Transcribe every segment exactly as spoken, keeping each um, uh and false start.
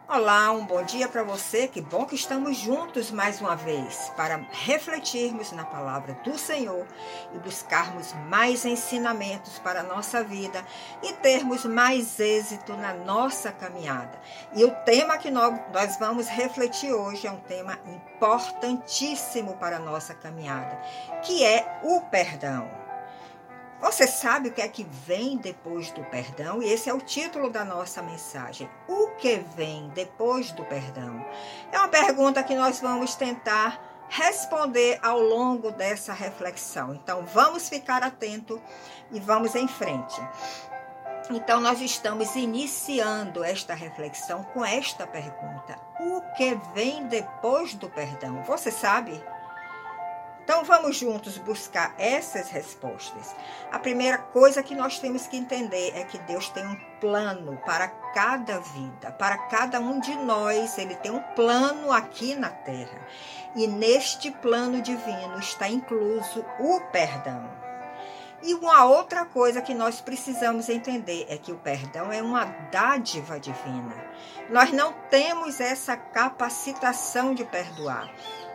Olá, um bom dia para você. Que bom que estamos juntos mais uma vez para refletirmos na palavra do Senhor e buscarmos mais ensinamentos para a nossa vida e termos mais êxito na nossa caminhada. E o tema que nós vamos refletir hoje é um tema importantíssimo para a nossa caminhada, que é o perdão. Você sabe o que é que vem depois do perdão? E esse é o título da nossa mensagem. O que vem depois do perdão? É uma pergunta que nós vamos tentar responder ao longo dessa reflexão. Então, vamos ficar atentos e vamos em frente. Então, nós estamos iniciando esta reflexão com esta pergunta. O que vem depois do perdão? Você sabe? Então, vamos juntos buscar essas respostas. A primeira coisa que nós temos que entender é que Deus tem um plano para cada vida, para cada um de nós. Ele tem um plano aqui na Terra. E neste plano divino está incluso o perdão. E uma outra coisa que nós precisamos entender é que o perdão é uma dádiva divina. Nós não temos essa capacitação de perdoar.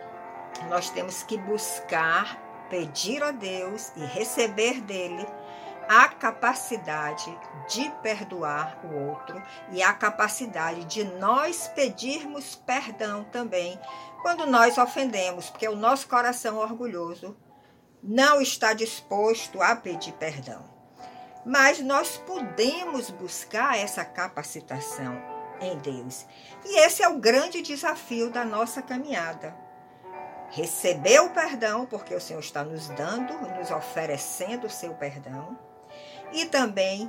Nós temos que buscar, pedir a Deus e receber dele a capacidade de perdoar o outro e a capacidade de nós pedirmos perdão também quando nós ofendemos, porque o nosso coração orgulhoso não está disposto a pedir perdão. Mas nós podemos buscar essa capacitação em Deus. E esse é o grande desafio da nossa caminhada. Receber o perdão, porque o Senhor está nos dando, nos oferecendo o seu perdão. E também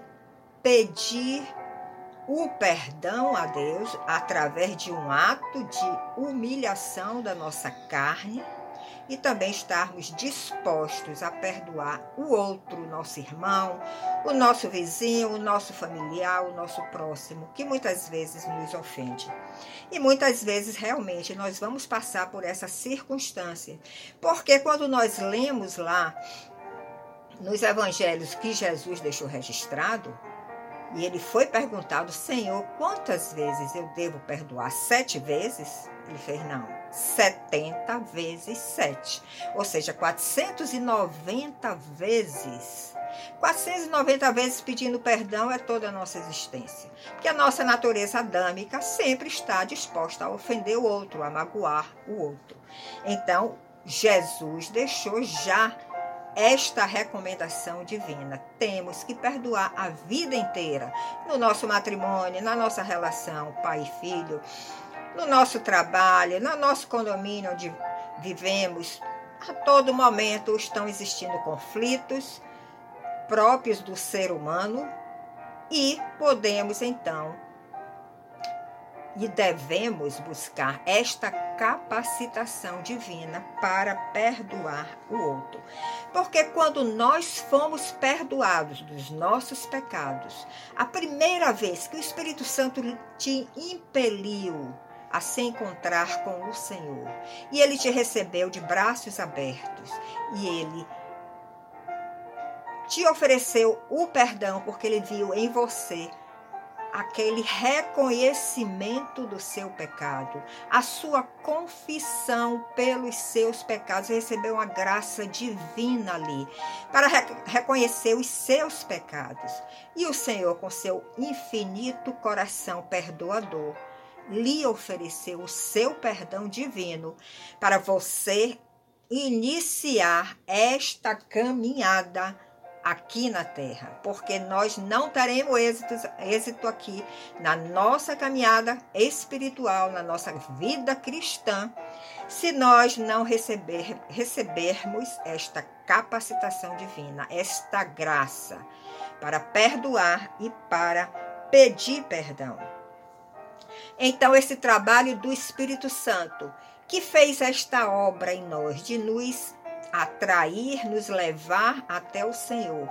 pedir o perdão a Deus através de um ato de humilhação da nossa carne. E também estarmos dispostos a perdoar o outro, o nosso irmão, o nosso vizinho, o nosso familiar, o nosso próximo, que muitas vezes nos ofende. E muitas vezes realmente nós vamos passar por essa circunstância, porque quando nós lemos lá nos evangelhos que Jesus deixou registrado, e ele foi perguntado: Senhor, quantas vezes eu devo perdoar? Sete vezes? Ele fez não, setenta vezes sete, ou seja, quatrocentas e noventa vezes. quatrocentas e noventa vezes pedindo perdão é toda a nossa existência. Porque a nossa natureza adâmica sempre está disposta a ofender o outro, a magoar o outro. Então, Jesus deixou já esta recomendação divina. Temos que perdoar a vida inteira, no nosso matrimônio, na nossa relação pai e filho, no nosso trabalho, no nosso condomínio onde vivemos. A todo momento estão existindo conflitos próprios do ser humano e podemos então e devemos buscar esta capacitação divina para perdoar o outro. Porque quando nós fomos perdoados dos nossos pecados, a primeira vez que o Espírito Santo te impeliu a se encontrar com o Senhor, e ele te recebeu de braços abertos, e ele te ofereceu o perdão, porque ele viu em você aquele reconhecimento do seu pecado, a sua confissão pelos seus pecados, recebeu uma graça divina ali, para re- reconhecer os seus pecados. E o Senhor, com seu infinito coração perdoador, lhe ofereceu o seu perdão divino para você iniciar esta caminhada aqui na Terra, porque nós não teremos êxito, êxito aqui na nossa caminhada espiritual, na nossa vida cristã, se nós não receber, recebermos esta capacitação divina, esta graça para perdoar e para pedir perdão. Então, esse trabalho do Espírito Santo, que fez esta obra em nós, de nos atrair, nos levar até o Senhor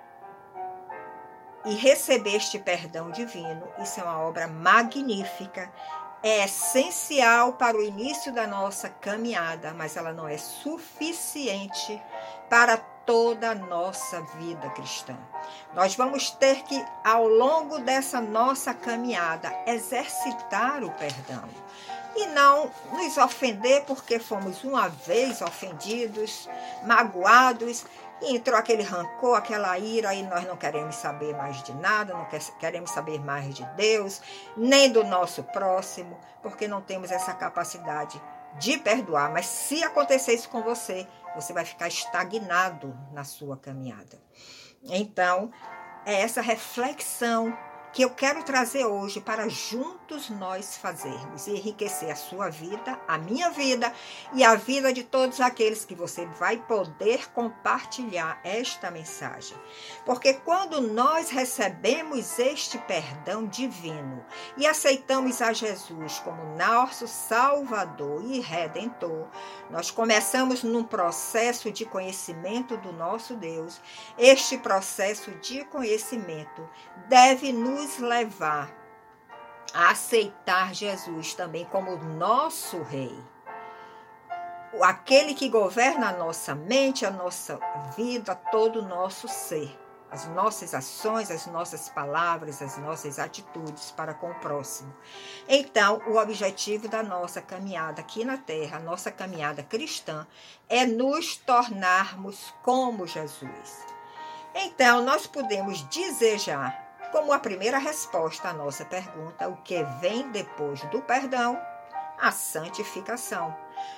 e receber este perdão divino, isso é uma obra magnífica, é essencial para o início da nossa caminhada, mas ela não é suficiente para toda a nossa vida cristã. Nós vamos ter que, ao longo dessa nossa caminhada, exercitar o perdão. E não nos ofender porque fomos uma vez ofendidos, magoados, e entrou aquele rancor, aquela ira, e nós não queremos saber mais de nada, não queremos saber mais de Deus, nem do nosso próximo, porque não temos essa capacidade de perdoar. Mas se acontecer isso com você, você vai ficar estagnado na sua caminhada. Então, é essa reflexão que eu quero trazer hoje para juntos nós fazermos e enriquecer a sua vida, a minha vida e a vida de todos aqueles que você vai poder compartilhar esta mensagem. Porque quando nós recebemos este perdão divino e aceitamos a Jesus como nosso Salvador e Redentor, nós começamos num processo de conhecimento do nosso Deus. Este processo de conhecimento deve nos levar a aceitar Jesus também como nosso Rei. Aquele que governa a nossa mente, a nossa vida, todo o nosso ser. As nossas ações, as nossas palavras, as nossas atitudes para com o próximo. Então, o objetivo da nossa caminhada aqui na Terra, a nossa caminhada cristã, é nos tornarmos como Jesus. Então, nós podemos desejar, como a primeira resposta à nossa pergunta, o que vem depois do perdão? A santificação.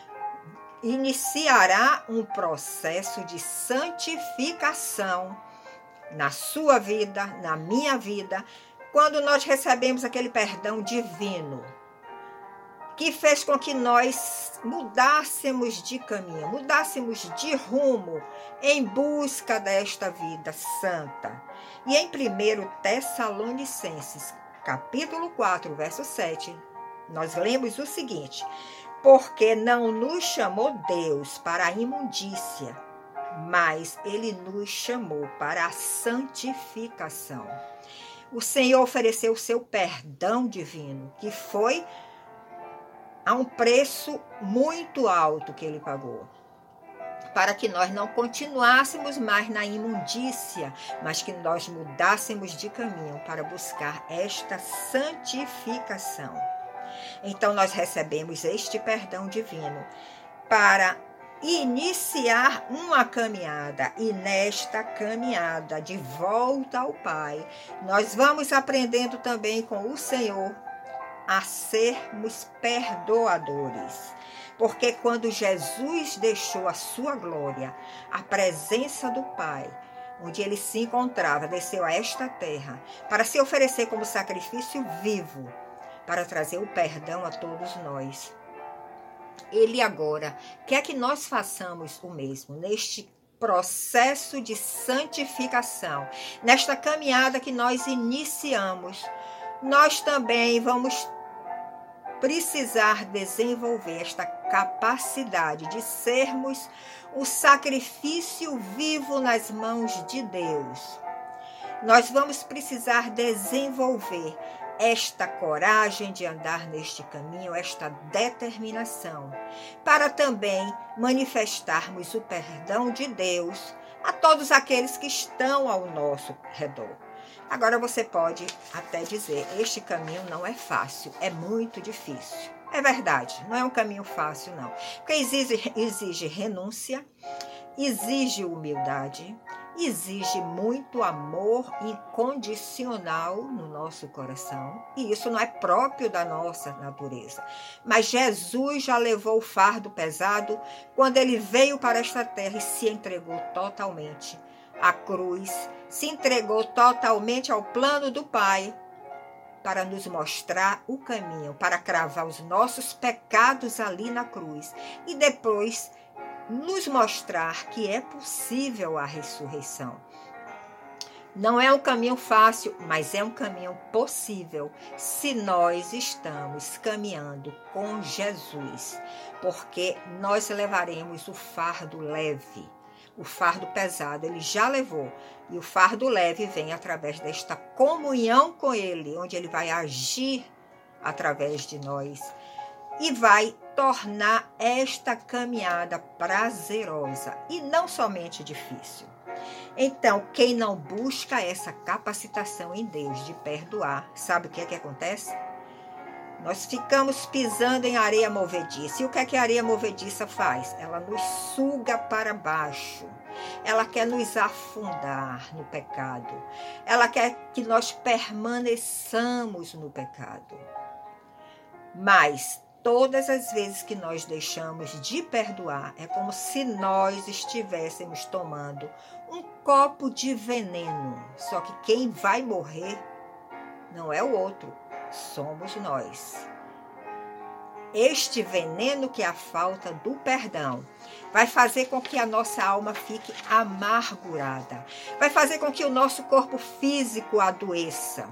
Iniciará um processo de santificação na sua vida, na minha vida, quando nós recebemos aquele perdão divino, que fez com que nós mudássemos de caminho, mudássemos de rumo em busca desta vida santa. E em primeiro Tessalonicenses, capítulo quatro, verso sete, nós lemos o seguinte: porque não nos chamou Deus para a imundícia, mas Ele nos chamou para a santificação. O Senhor ofereceu o seu perdão divino, que foi a um preço muito alto que Ele pagou, para que nós não continuássemos mais na imundícia, mas que nós mudássemos de caminho para buscar esta santificação. Então nós recebemos este perdão divino para iniciar uma caminhada, e nesta caminhada de volta ao Pai, nós vamos aprendendo também com o Senhor a sermos perdoadores. Porque quando Jesus deixou a sua glória, a presença do Pai, onde ele se encontrava, desceu a esta terra para se oferecer como sacrifício vivo, para trazer o perdão a todos nós. Ele agora quer que nós façamos o mesmo, neste processo de santificação, nesta caminhada que nós iniciamos. Nós também vamos precisar desenvolver esta capacidade de sermos o sacrifício vivo nas mãos de Deus. Nós vamos precisar desenvolver esta coragem de andar neste caminho, esta determinação, para também manifestarmos o perdão de Deus a todos aqueles que estão ao nosso redor. Agora você pode até dizer, este caminho não é fácil, é muito difícil. É verdade, não é um caminho fácil não, porque exige, exige renúncia, exige humildade, exige muito amor incondicional no nosso coração, e isso não é próprio da nossa natureza. Mas Jesus já levou o fardo pesado quando ele veio para esta terra e se entregou totalmente à cruz, se entregou totalmente ao plano do Pai para nos mostrar o caminho, para cravar os nossos pecados ali na cruz e depois nos mostrar que é possível a ressurreição. Não é um caminho fácil, mas é um caminho possível se nós estamos caminhando com Jesus, porque nós levaremos o fardo leve. O fardo pesado ele já levou, e o fardo leve vem através desta comunhão com ele, onde ele vai agir através de nós. e vai tornar esta caminhada prazerosa e não somente difícil. Então, quem não busca essa capacitação em Deus de perdoar, sabe o que é que acontece? Nós ficamos pisando em areia movediça. E o que é que a areia movediça faz? Ela nos suga para baixo. Ela quer nos afundar no pecado. Ela quer que nós permaneçamos no pecado. Mas todas as vezes que nós deixamos de perdoar, é como se nós estivéssemos tomando um copo de veneno. Só que quem vai morrer não é o outro, somos nós. Este veneno, que é a falta do perdão, vai fazer com que a nossa alma fique amargurada. Vai fazer com que o nosso corpo físico adoeça.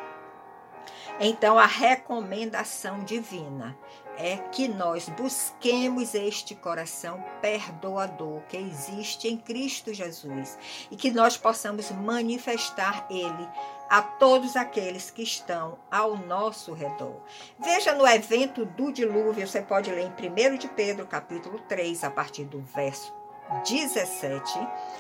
Então, a recomendação divina é que nós busquemos este coração perdoador que existe em Cristo Jesus e que nós possamos manifestar ele a todos aqueles que estão ao nosso redor. Veja no evento do dilúvio, você pode ler em primeiro de Pedro, capítulo três, a partir do verso dezessete.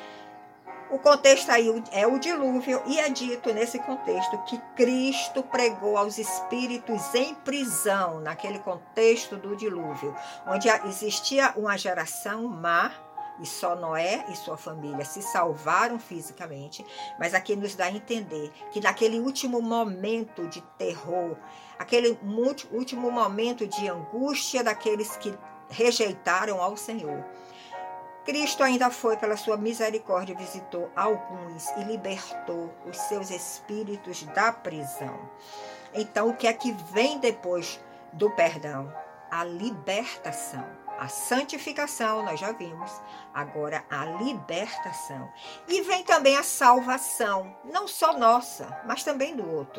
O contexto aí é o dilúvio e é dito nesse contexto que Cristo pregou aos espíritos em prisão, naquele contexto do dilúvio, onde existia uma geração má, e só Noé e sua família se salvaram fisicamente, mas aqui nos dá a entender que naquele último momento de terror, aquele último momento de angústia daqueles que rejeitaram ao Senhor, Cristo ainda foi, pela sua misericórdia, visitou alguns e libertou os seus espíritos da prisão. Então, o que é que vem depois do perdão? A libertação. A santificação, nós já vimos, agora a libertação. E vem também a salvação, não só nossa, mas também do outro.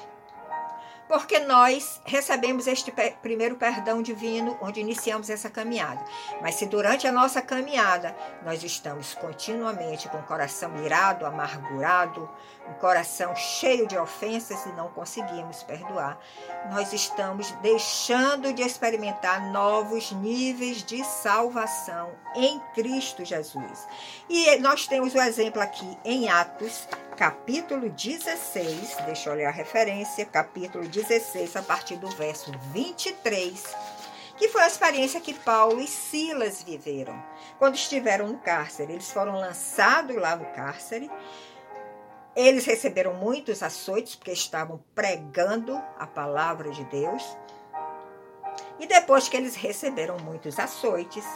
Porque nós recebemos este primeiro perdão divino, onde iniciamos essa caminhada. Mas se durante a nossa caminhada nós estamos continuamente com o coração irado, amargurado, um coração cheio de ofensas e não conseguimos perdoar, nós estamos deixando de experimentar novos níveis de salvação em Cristo Jesus. E nós temos o exemplo aqui em Atos, capítulo dezesseis, deixa eu olhar a referência, capítulo dezesseis, a partir do verso vinte e três, que foi a experiência que Paulo e Silas viveram. Quando estiveram no cárcere, eles foram lançados lá no cárcere, eles receberam muitos açoites, porque estavam pregando a palavra de Deus, e depois que eles receberam muitos açoites,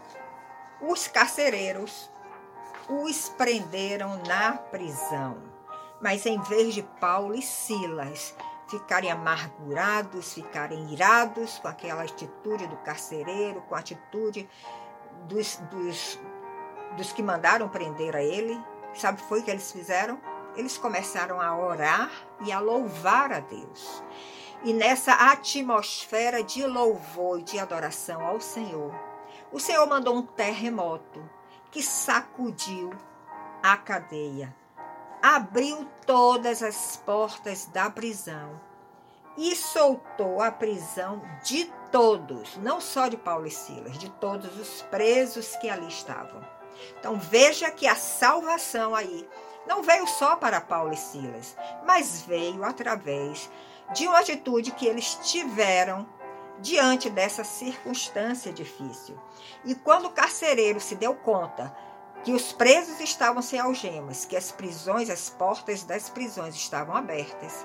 os carcereiros os prenderam na prisão. Mas em vez de Paulo e Silas ficarem amargurados, ficarem irados com aquela atitude do carcereiro, com a atitude dos, dos, dos que mandaram prender a ele, sabe o que foi que eles fizeram? Eles começaram a orar e a louvar a Deus. E nessa atmosfera de louvor e de adoração ao Senhor, o Senhor mandou um terremoto que sacudiu a cadeia, abriu todas as portas da prisão e soltou a prisão de todos, não só de Paulo e Silas, de todos os presos que ali estavam. Então veja que a salvação aí não veio só para Paulo e Silas, mas veio através de uma atitude que eles tiveram diante dessa circunstância difícil. E quando o carcereiro se deu conta que os presos estavam sem algemas, que as prisões, as portas das prisões estavam abertas,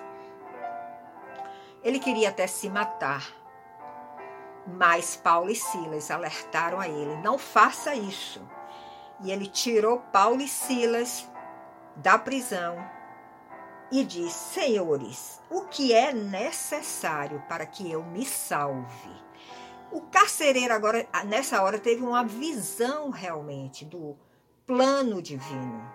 ele queria até se matar. Mas Paulo e Silas alertaram a ele: não faça isso. E ele tirou Paulo e Silas da prisão e disse: senhores, o que é necessário para que eu me salve? O carcereiro agora, nessa hora, teve uma visão realmente do plano divino.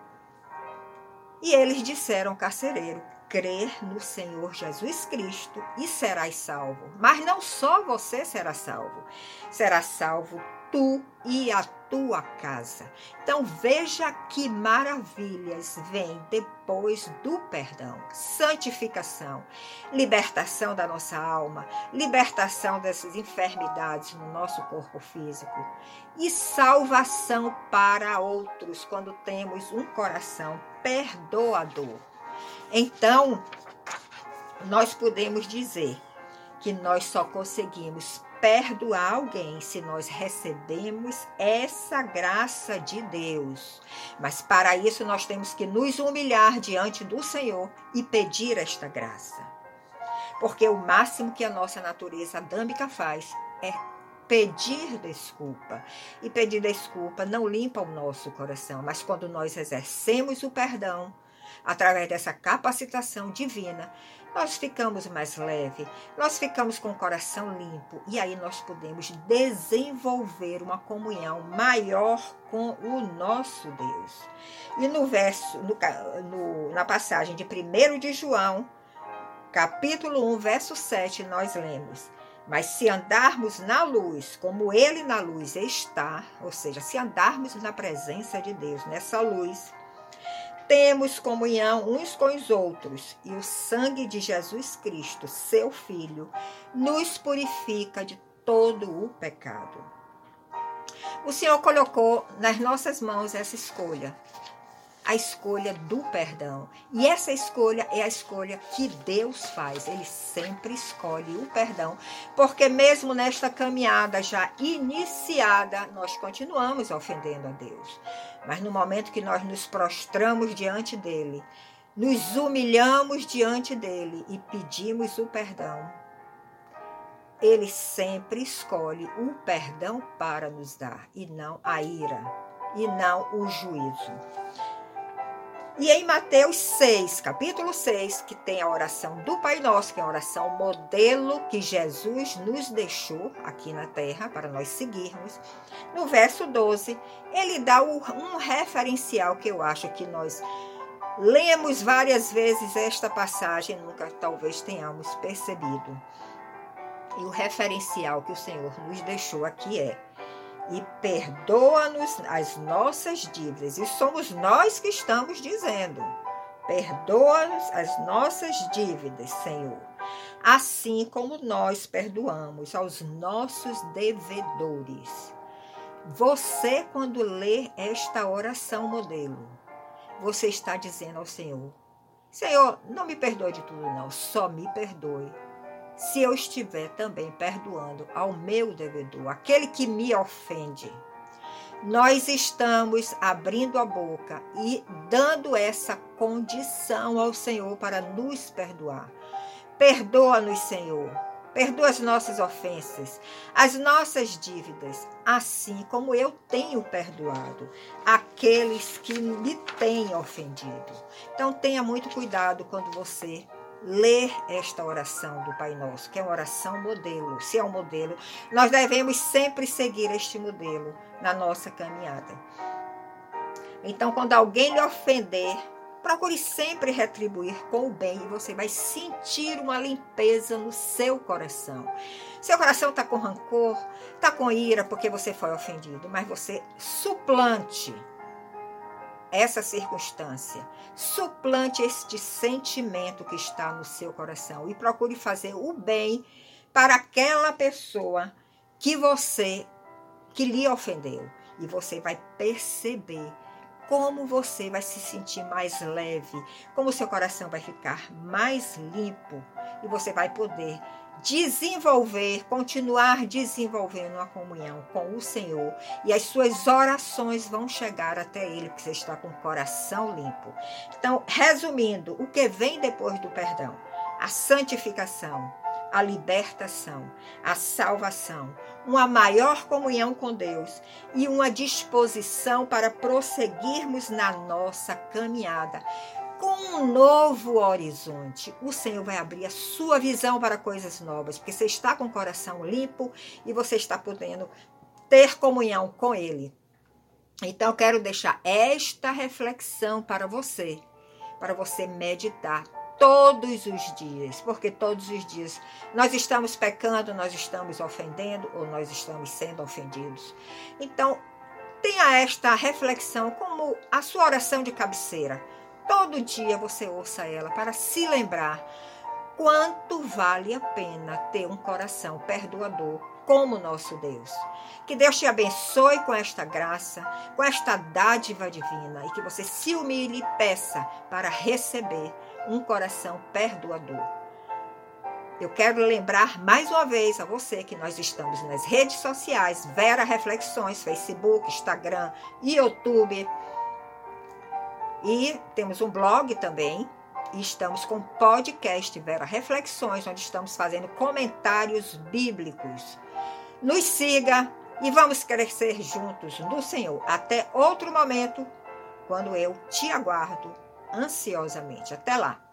E eles disseram ao carcereiro: crer no Senhor Jesus Cristo e serás salvo. Mas não só você será salvo, será salvo tu e a tua casa. Então veja que maravilhas vêm depois do perdão. Santificação, libertação da nossa alma, libertação dessas enfermidades no nosso corpo físico e salvação para outros quando temos um coração perdoador. Então, nós podemos dizer que nós só conseguimos perdoar alguém se nós recebemos essa graça de Deus. Mas para isso nós temos que nos humilhar diante do Senhor e pedir esta graça. Porque o máximo que a nossa natureza adâmica faz é pedir desculpa. E pedir desculpa não limpa o nosso coração, mas quando nós exercemos o perdão, através dessa capacitação divina, nós ficamos mais leve, nós ficamos com o coração limpo e aí nós podemos desenvolver uma comunhão maior com o nosso Deus. E no verso, no, no, na passagem de primeiro de João, capítulo um, verso sete, nós lemos: mas se andarmos na luz, como Ele na luz está, ou seja, se andarmos na presença de Deus, nessa luz, temos comunhão uns com os outros, e o sangue de Jesus Cristo, seu Filho, nos purifica de todo o pecado. O Senhor colocou nas nossas mãos essa escolha, a escolha do perdão. E essa escolha é a escolha que Deus faz. Ele sempre escolhe o perdão, porque mesmo nesta caminhada já iniciada, nós continuamos ofendendo a Deus. Mas no momento que nós nos prostramos diante dele, nos humilhamos diante dele e pedimos o perdão, ele sempre escolhe o perdão para nos dar, e não a ira, e não o juízo. E em Mateus seis, capítulo seis, que tem a oração do Pai Nosso, que é a oração modelo que Jesus nos deixou aqui na terra para nós seguirmos, no verso doze, ele dá um referencial que eu acho que nós lemos várias vezes esta passagem, nunca talvez tenhamos percebido. E o referencial que o Senhor nos deixou aqui é: e perdoa-nos as nossas dívidas. E somos nós que estamos dizendo: perdoa-nos as nossas dívidas, Senhor, assim como nós perdoamos aos nossos devedores. Você, quando lê esta oração modelo, você está dizendo ao Senhor: Senhor, não me perdoe de tudo não, só me perdoe se eu estiver também perdoando ao meu devedor, aquele que me ofende. Nós estamos abrindo a boca e dando essa condição ao Senhor para nos perdoar. Perdoa-nos, Senhor. Perdoa as nossas ofensas, as nossas dívidas, assim como eu tenho perdoado aqueles que me têm ofendido. Então tenha muito cuidado quando você ler esta oração do Pai Nosso, que é uma oração modelo. Se é um modelo, nós devemos sempre seguir este modelo na nossa caminhada. Então, quando alguém lhe ofender, procure sempre retribuir com o bem e você vai sentir uma limpeza no seu coração. Seu coração está com rancor, está com ira porque você foi ofendido, mas você suplante essa circunstância, suplante este sentimento que está no seu coração e procure fazer o bem para aquela pessoa que você, que lhe ofendeu. E você vai perceber como você vai se sentir mais leve, como o seu coração vai ficar mais limpo e você vai poder desenvolver, continuar desenvolvendo uma comunhão com o Senhor e as suas orações vão chegar até Ele, porque você está com o coração limpo. Então, resumindo, o que vem depois do perdão? A santificação, a libertação, a salvação, uma maior comunhão com Deus e uma disposição para prosseguirmos na nossa caminhada com um novo horizonte. O Senhor vai abrir a sua visão para coisas novas, porque você está com o coração limpo e você está podendo ter comunhão com Ele. Então, eu quero deixar esta reflexão para você, para você meditar todos os dias, porque todos os dias nós estamos pecando, nós estamos ofendendo ou nós estamos sendo ofendidos. Então, Tenha esta reflexão como a sua oração de cabeceira. Todo dia você ouça ela para se lembrar quanto vale a pena ter um coração perdoador como nosso Deus. Que Deus te abençoe com esta graça, com esta dádiva divina, e que você se humilhe e peça para receber um coração perdoador. Eu quero lembrar mais uma vez a você que nós estamos nas redes sociais, Vera Reflexões, Facebook, Instagram, YouTube. E temos um blog também. E estamos com o podcast Vera Reflexões, onde estamos fazendo comentários bíblicos. Nos siga e vamos crescer juntos no Senhor. Até outro momento, quando eu te aguardo ansiosamente. Até lá!